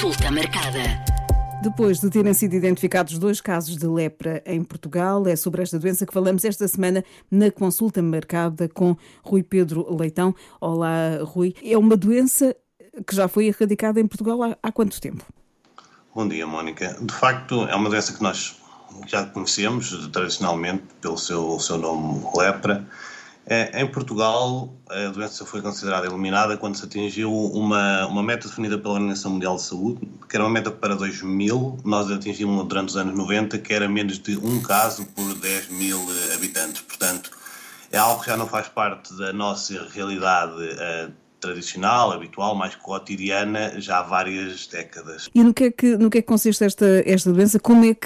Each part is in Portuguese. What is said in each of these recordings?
Consulta marcada. Depois de terem sido identificados 2 casos de lepra em Portugal, é sobre esta doença que falamos esta semana na consulta marcada com Rui Pedro Leitão. Olá, Rui. É uma doença que já foi erradicada em Portugal há quanto tempo? Bom dia, Mónica. De facto, é uma doença que nós já conhecemos tradicionalmente pelo seu nome lepra. Em Portugal, a doença foi considerada eliminada quando se atingiu uma meta definida pela Organização Mundial de Saúde, que era uma meta para 2000. Nós atingimos durante os anos 90, que era menos de um caso por 10 mil habitantes. Portanto, é algo que já não faz parte da nossa realidade tradicional, habitual, mais cotidiana, já há várias décadas. E no que é que consiste esta doença? Como é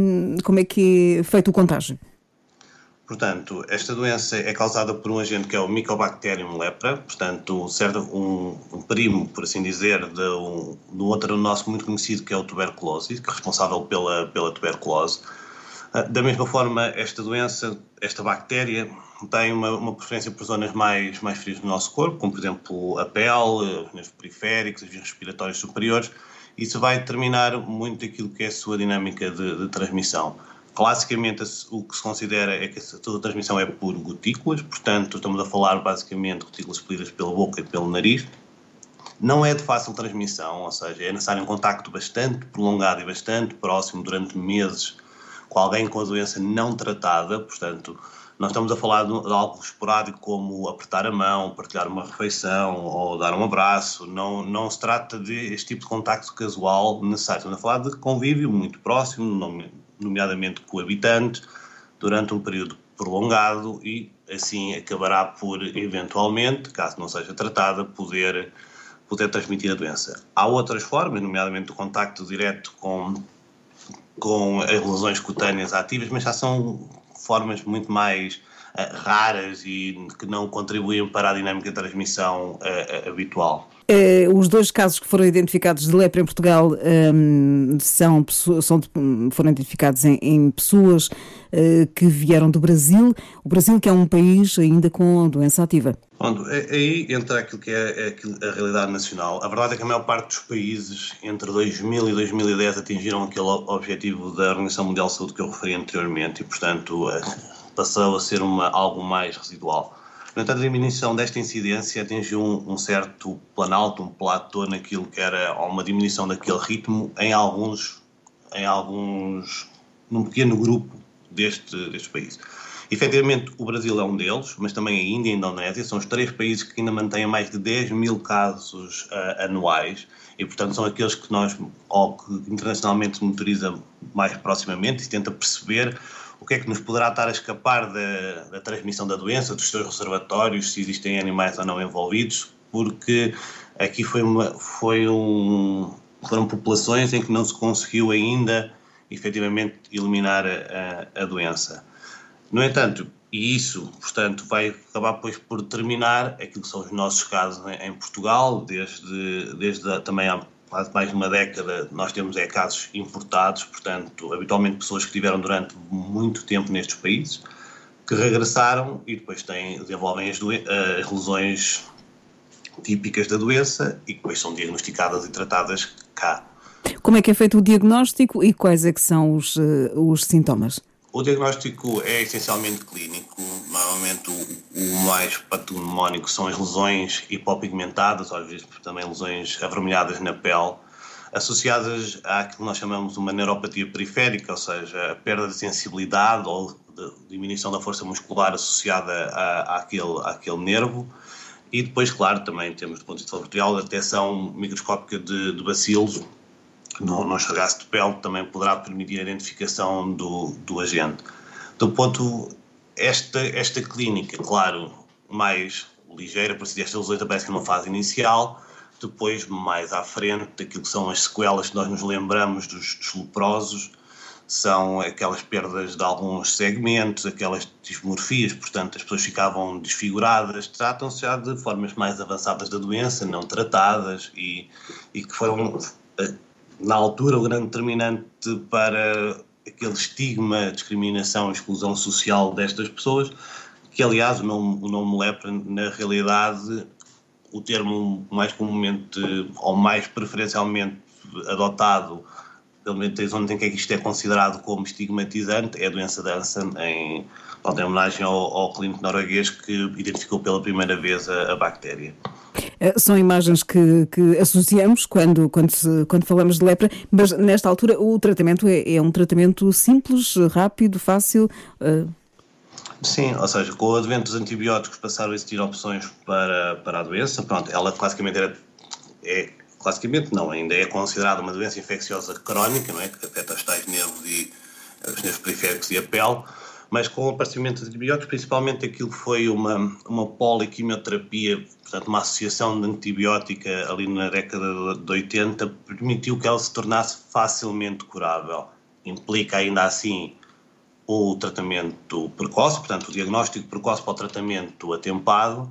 que é feito o contágio? Portanto, esta doença é causada por um agente que é o Mycobacterium lepra, portanto, serve um primo, por assim dizer, de outro nosso muito conhecido que é o tuberculose, que é responsável pela tuberculose. Da mesma forma, esta doença, esta bactéria, tem uma preferência por zonas mais frias do nosso corpo, como por exemplo a pele, os nervos periféricos, as vias respiratórias superiores. Isso vai determinar muito aquilo que é a sua dinâmica de transmissão. Classicamente, o que se considera é que toda a transmissão é por gotículas, portanto, estamos a falar basicamente de gotículas expelidas pela boca e pelo nariz. Não é de fácil transmissão, ou seja, é necessário um contacto bastante prolongado e bastante próximo durante meses com alguém com a doença não tratada. Portanto, nós estamos a falar de algo esporádico como apertar a mão, partilhar uma refeição ou dar um abraço. Não se trata de este tipo de contacto casual necessário. Estamos a falar de convívio muito próximo, nomeadamente coabitante, durante um período prolongado e assim acabará por, eventualmente, caso não seja tratada, poder transmitir a doença. Há outras formas, nomeadamente o contacto direto com as lesões cutâneas ativas, mas já são formas muito mais raras e que não contribuem para a dinâmica de transmissão habitual. Os 2 casos que foram identificados de lepra em Portugal foram identificados em pessoas que vieram do Brasil. O Brasil, que é um país ainda com doença ativa. Pronto, aí entra aquilo que é a realidade nacional. A verdade é que a maior parte dos países, entre 2000 e 2010, atingiram aquele objetivo da Organização Mundial de Saúde que eu referi anteriormente e, portanto, passou a ser algo mais residual. No entanto, a diminuição desta incidência atingiu um certo planalto, um platô naquilo que era uma diminuição daquele ritmo num pequeno grupo destes países. Efetivamente, o Brasil é um deles, mas também a Índia e a Indonésia são os 3 países que ainda mantêm mais de 10 mil casos anuais e, portanto, são aqueles que que internacionalmente se monitoriza mais proximamente e se tenta perceber o que é que nos poderá estar a escapar da transmissão da doença, dos seus reservatórios, se existem animais ou não envolvidos, porque aqui foram populações em que não se conseguiu ainda, efetivamente, eliminar a doença. No entanto, e isso, portanto, vai acabar depois por determinar aquilo que são os nossos casos em Portugal, desde também há quase mais de uma década nós temos casos importados, portanto, habitualmente pessoas que estiveram durante muito tempo nestes países, que regressaram e depois desenvolvem as lesões típicas da doença e que depois são diagnosticadas e tratadas cá. Como é que é feito o diagnóstico e quais é que são os sintomas? O diagnóstico é essencialmente clínico. Normalmente o mais patognomónico são as lesões hipopigmentadas, ou às vezes também lesões avermelhadas na pele, associadas àquilo que nós chamamos de uma neuropatia periférica, ou seja, a perda de sensibilidade ou de diminuição da força muscular associada àquele nervo. E depois, claro, também temos do ponto de vista laboratorial a detecção microscópica de bacilos no esfregaço de pele, também poderá permitir a identificação do agente. Do ponto, esta clínica, claro, mais ligeira, por assim, estas lesões aparecem numa fase inicial, depois, mais à frente, aquilo que são as sequelas que nós nos lembramos dos leprosos, são aquelas perdas de alguns segmentos, aquelas dismorfias, portanto, as pessoas ficavam desfiguradas, tratam-se já de formas mais avançadas da doença, não tratadas, e que foram, na altura, o grande determinante para aquele estigma, discriminação, exclusão social destas pessoas, que, aliás, o nome lepra, na realidade, o termo mais comumente ou mais preferencialmente adotado, pelo menos em zonas em que isto é considerado como estigmatizante, é a doença de Hansen, em homenagem ao clínico norueguês que identificou pela primeira vez a bactéria. São imagens que associamos quando falamos de lepra, mas nesta altura o tratamento é um tratamento simples, rápido, fácil? Sim, ou seja, com o advento dos antibióticos passaram a existir opções para a doença. Pronto, ela ainda é considerada uma doença infecciosa crónica, não é? Que afeta os tais nervos os nervos periféricos e a pele, mas com o aparecimento de antibióticos, principalmente aquilo que foi uma poliquimioterapia, portanto uma associação de antibiótica ali na década de 80, permitiu que ela se tornasse facilmente curável. Implica ainda assim o tratamento precoce, portanto o diagnóstico precoce para o tratamento atempado,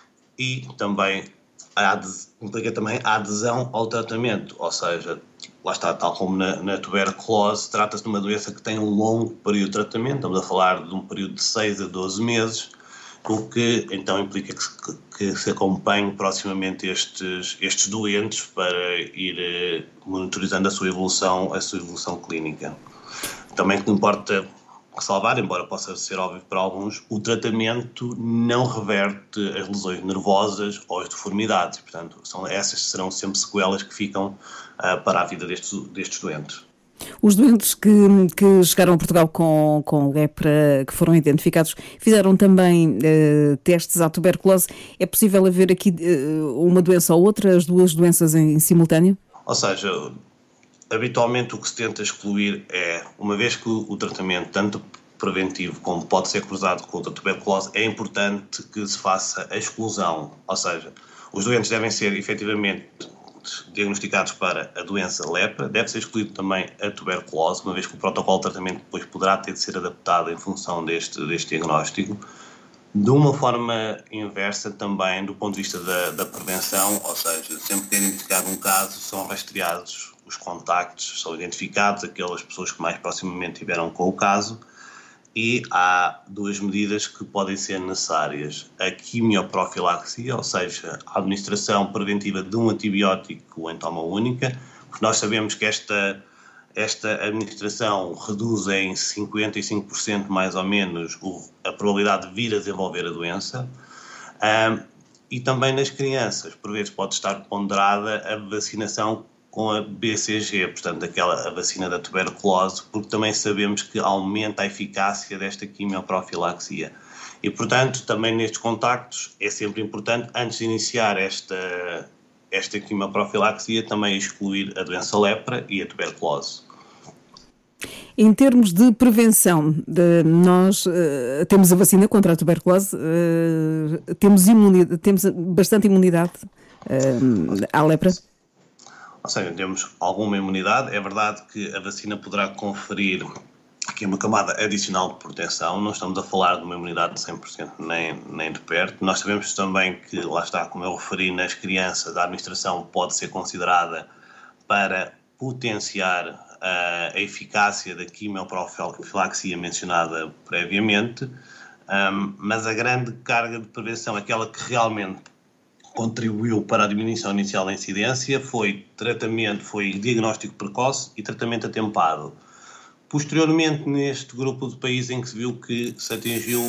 e também implica também a adesão ao tratamento, ou seja, lá está, tal como na tuberculose, trata-se de uma doença que tem um longo período de tratamento, estamos a falar de um período de 6 a 12 meses, o que então implica que se acompanhe proximamente estes doentes para ir monitorizando a sua evolução clínica. Também que importa salvar, embora possa ser óbvio para alguns, o tratamento não reverte as lesões nervosas ou as deformidades. Portanto, essas serão sempre sequelas que ficam para a vida destes doentes. Os doentes que chegaram a Portugal com lepra, que foram identificados, fizeram também testes à tuberculose. É possível haver aqui uma doença ou outra, as duas doenças em simultâneo? Ou seja, habitualmente o que se tenta excluir é, uma vez que o tratamento, tanto preventivo como pode ser cruzado com a tuberculose, é importante que se faça a exclusão. Ou seja, os doentes devem ser efetivamente diagnosticados para a doença lepra, deve ser excluído também a tuberculose, uma vez que o protocolo de tratamento depois poderá ter de ser adaptado em função deste diagnóstico. De uma forma inversa também, do ponto de vista da prevenção, ou seja, sempre que é identificado um caso, são rastreados os contactos, são identificados aquelas pessoas que mais proximamente tiveram com o caso, e há duas medidas que podem ser necessárias. A quimioprofilaxia, ou seja, a administração preventiva de um antibiótico em toma única, porque nós sabemos que esta administração reduz em 55% mais ou menos a probabilidade de vir a desenvolver a doença. E também nas crianças, por vezes pode estar ponderada a vacinação com a BCG, portanto a vacina da tuberculose, porque também sabemos que aumenta a eficácia desta quimioprofilaxia. E, portanto, também nestes contactos é sempre importante, antes de iniciar esta quimioprofilaxia, também excluir a doença lepra e a tuberculose. Em termos de prevenção, nós temos a vacina contra a tuberculose, temos bastante imunidade à lepra? Ou seja, temos alguma imunidade. É verdade que a vacina poderá conferir aqui uma camada adicional de proteção. Não estamos a falar de uma imunidade de 100% nem de perto. Nós sabemos também que, lá está, como eu referi, nas crianças a administração pode ser considerada para potenciar a eficácia da quimioprofilaxia mencionada previamente, mas a grande carga de prevenção, aquela que realmente contribuiu para a diminuição inicial da incidência, foi diagnóstico precoce e tratamento atempado. Posteriormente, neste grupo de países em que se viu que se atingiu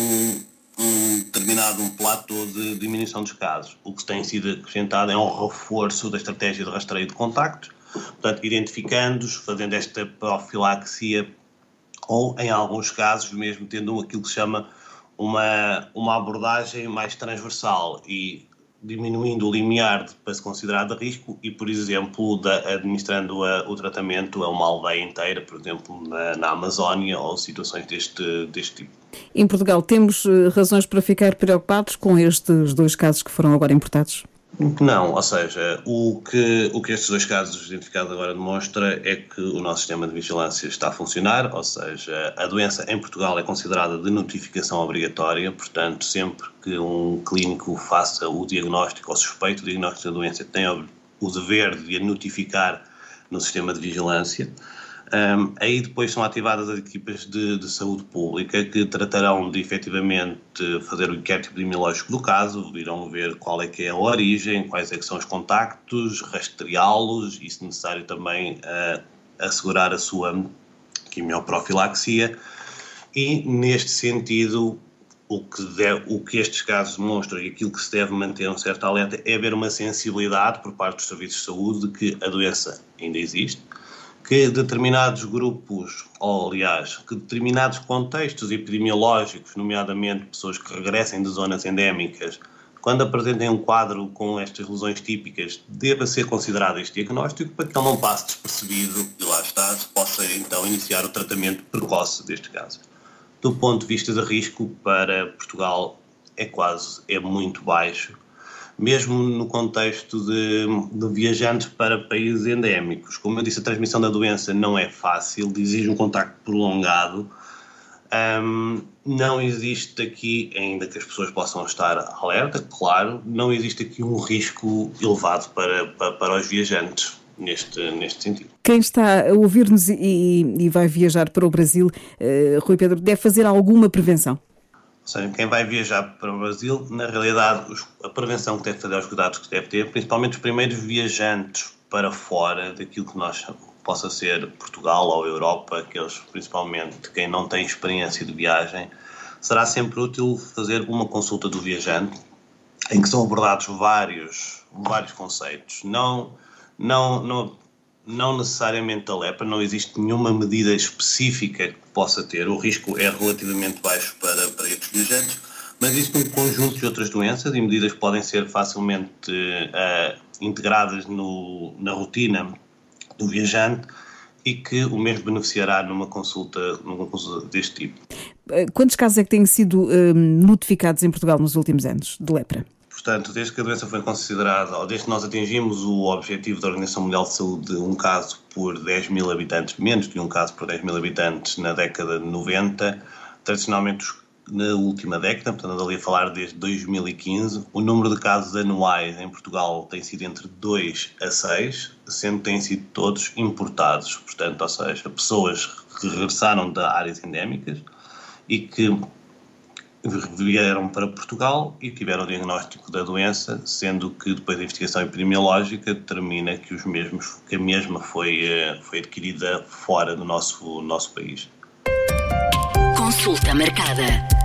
um determinado platô de diminuição dos casos, o que tem sido acrescentado é um reforço da estratégia de rastreio de contactos, portanto, identificando-os, fazendo esta profilaxia ou, em alguns casos, mesmo tendo aquilo que se chama uma abordagem mais transversal e diminuindo o limiar para se considerar de risco e, por exemplo, administrando o tratamento a uma aldeia inteira, por exemplo, na Amazónia ou situações deste tipo. Em Portugal temos razões para ficar preocupados com estes dois casos que foram agora importados? Não, ou seja, o que estes dois casos identificados agora demonstra é que o nosso sistema de vigilância está a funcionar, ou seja, a doença em Portugal é considerada de notificação obrigatória, portanto, sempre que um clínico faça o diagnóstico ou suspeito o diagnóstico da doença, tem o dever de a notificar no sistema de vigilância. Aí depois são ativadas as equipas de saúde pública que tratarão de efetivamente fazer o inquérito epidemiológico do caso, irão ver qual é que é a origem, quais é que são os contactos, rastreá-los e, se necessário, também assegurar a sua quimioprofilaxia. E, neste sentido, o que estes casos demonstram e aquilo que se deve manter um certo alerta é haver uma sensibilidade por parte dos serviços de saúde de que a doença ainda existe, que determinados grupos, ou aliás, que determinados contextos epidemiológicos, nomeadamente pessoas que regressem de zonas endémicas, quando apresentem um quadro com estas lesões típicas, deva ser considerado este diagnóstico para que ele não passe despercebido e lá está, se possa então iniciar o tratamento precoce deste caso. Do ponto de vista de risco, para Portugal é muito baixo, mesmo no contexto de viajantes para países endémicos. Como eu disse, a transmissão da doença não é fácil, exige um contacto prolongado. Não existe aqui, ainda que as pessoas possam estar alerta, claro, não existe aqui um risco elevado para os viajantes neste sentido. Quem está a ouvir-nos e vai viajar para o Brasil, Rui Pedro, deve fazer alguma prevenção? Ou seja, quem vai viajar para o Brasil, na realidade, a prevenção que deve fazer, os cuidados que deve ter, principalmente os primeiros viajantes para fora daquilo que nós possa ser Portugal ou Europa, aqueles principalmente quem não tem experiência de viagem, será sempre útil fazer uma consulta do viajante em que são abordados vários conceitos. Não necessariamente da lepra, não existe nenhuma medida específica que possa ter, o risco é relativamente baixo para estes viajantes, mas existe um conjunto de outras doenças e medidas que podem ser facilmente integradas na rotina do viajante e que o mesmo beneficiará numa consulta deste tipo. Quantos casos é que têm sido notificados em Portugal nos últimos anos de lepra? Portanto, desde que a doença foi considerada, ou desde que nós atingimos o objetivo da Organização Mundial de Saúde de um caso por 10 mil habitantes, menos de um caso por 10 mil habitantes na década de 90, tradicionalmente na última década, portanto ali a falar desde 2015, o número de casos anuais em Portugal tem sido entre 2 a 6, sendo que têm sido todos importados, portanto, ou seja, pessoas que regressaram de áreas endémicas e que vieram para Portugal e tiveram o diagnóstico da doença, sendo que depois a investigação epidemiológica determina que a mesma foi adquirida fora do nosso país. Consulta marcada.